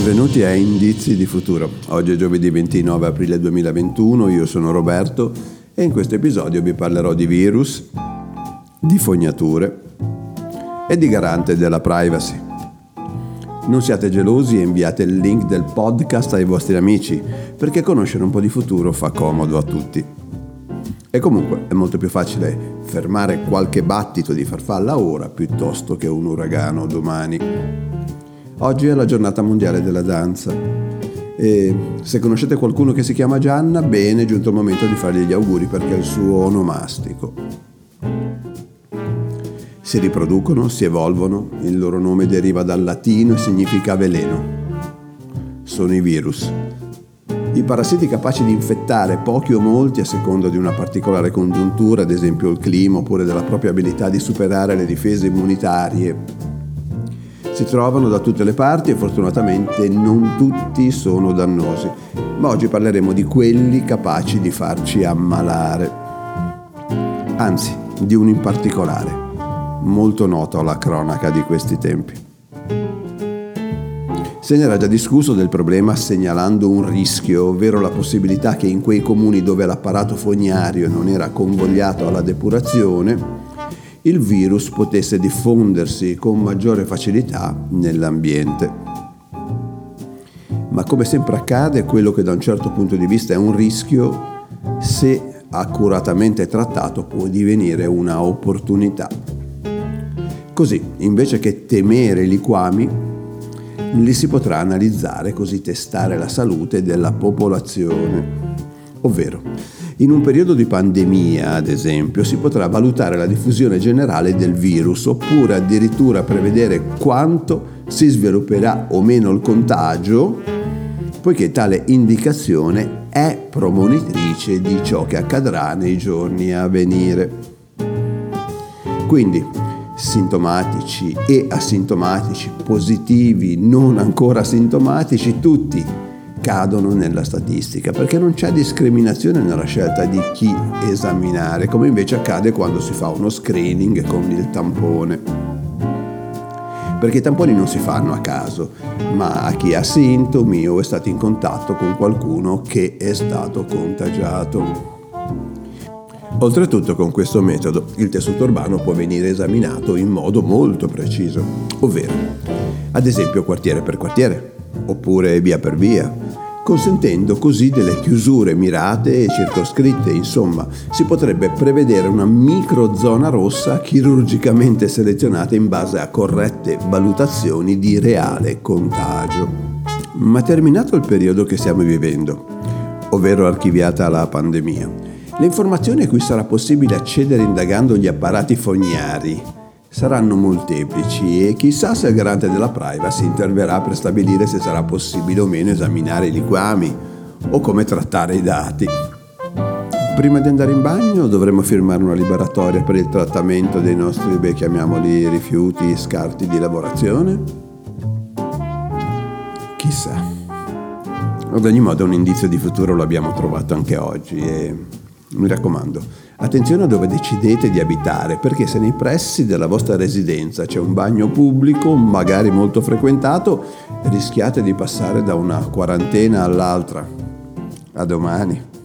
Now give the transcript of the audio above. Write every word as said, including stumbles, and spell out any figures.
Benvenuti a Indizi di Futuro. Oggi è giovedì ventinove aprile duemilaventuno, io sono Roberto e in questo episodio vi parlerò di virus, di fognature e di garante della privacy. Non siate gelosi e inviate il link del podcast ai vostri amici, perché conoscere un po' di futuro fa comodo a tutti. E comunque è molto più facile fermare qualche battito di farfalla ora piuttosto che un uragano domani. Oggi è la giornata mondiale della danza e se conoscete qualcuno che si chiama Gianna, bene, è giunto il momento di fargli gli auguri perché è il suo onomastico. Si riproducono, si evolvono, il loro nome deriva dal latino e significa veleno. Sono i virus. I parassiti capaci di infettare pochi o molti a seconda di una particolare congiuntura, ad esempio il clima, oppure della propria abilità di superare le difese immunitarie. Si trovano da tutte le parti e fortunatamente non tutti sono dannosi, ma oggi parleremo di quelli capaci di farci ammalare. Anzi, di uno in particolare, molto noto alla cronaca di questi tempi. Se ne era già discusso del problema segnalando un rischio, ovvero la possibilità che in quei comuni dove l'apparato fognario non era convogliato alla depurazione, il virus potesse diffondersi con maggiore facilità nell'ambiente. Ma come sempre accade, quello che da un certo punto di vista è un rischio, se accuratamente trattato, può divenire una opportunità. Così, invece che temere i liquami, li si potrà analizzare, così testare la salute della popolazione. Ovvero, in un periodo di pandemia, ad esempio, si potrà valutare la diffusione generale del virus, oppure addirittura prevedere quanto si svilupperà o meno il contagio, poiché tale indicazione è premonitrice di ciò che accadrà nei giorni a venire. Quindi, sintomatici e asintomatici, positivi, non ancora sintomatici, tutti cadono nella statistica, perché non c'è discriminazione nella scelta di chi esaminare, come invece accade quando si fa uno screening con il tampone. Perché i tamponi non si fanno a caso, ma a chi ha sintomi o è stato in contatto con qualcuno che è stato contagiato. Oltretutto, con questo metodo il tessuto urbano può venire esaminato in modo molto preciso, ovvero ad esempio quartiere per quartiere, oppure via per via, consentendo così delle chiusure mirate e circoscritte. Insomma, si potrebbe prevedere una microzona rossa chirurgicamente selezionata in base a corrette valutazioni di reale contagio. Ma terminato il periodo che stiamo vivendo, ovvero archiviata la pandemia, le informazioni a cui sarà possibile accedere indagando gli apparati fognari saranno molteplici e chissà se il garante della privacy interverrà per stabilire se sarà possibile o meno esaminare i liquami o come trattare i dati. Prima di andare in bagno dovremo firmare una liberatoria per il trattamento dei nostri, beh, chiamiamoli rifiuti, scarti di lavorazione? Chissà. Ad ogni modo un indizio di futuro lo abbiamo trovato anche oggi e mi raccomando, attenzione a dove decidete di abitare, perché se nei pressi della vostra residenza c'è un bagno pubblico, magari molto frequentato, rischiate di passare da una quarantena all'altra. A domani.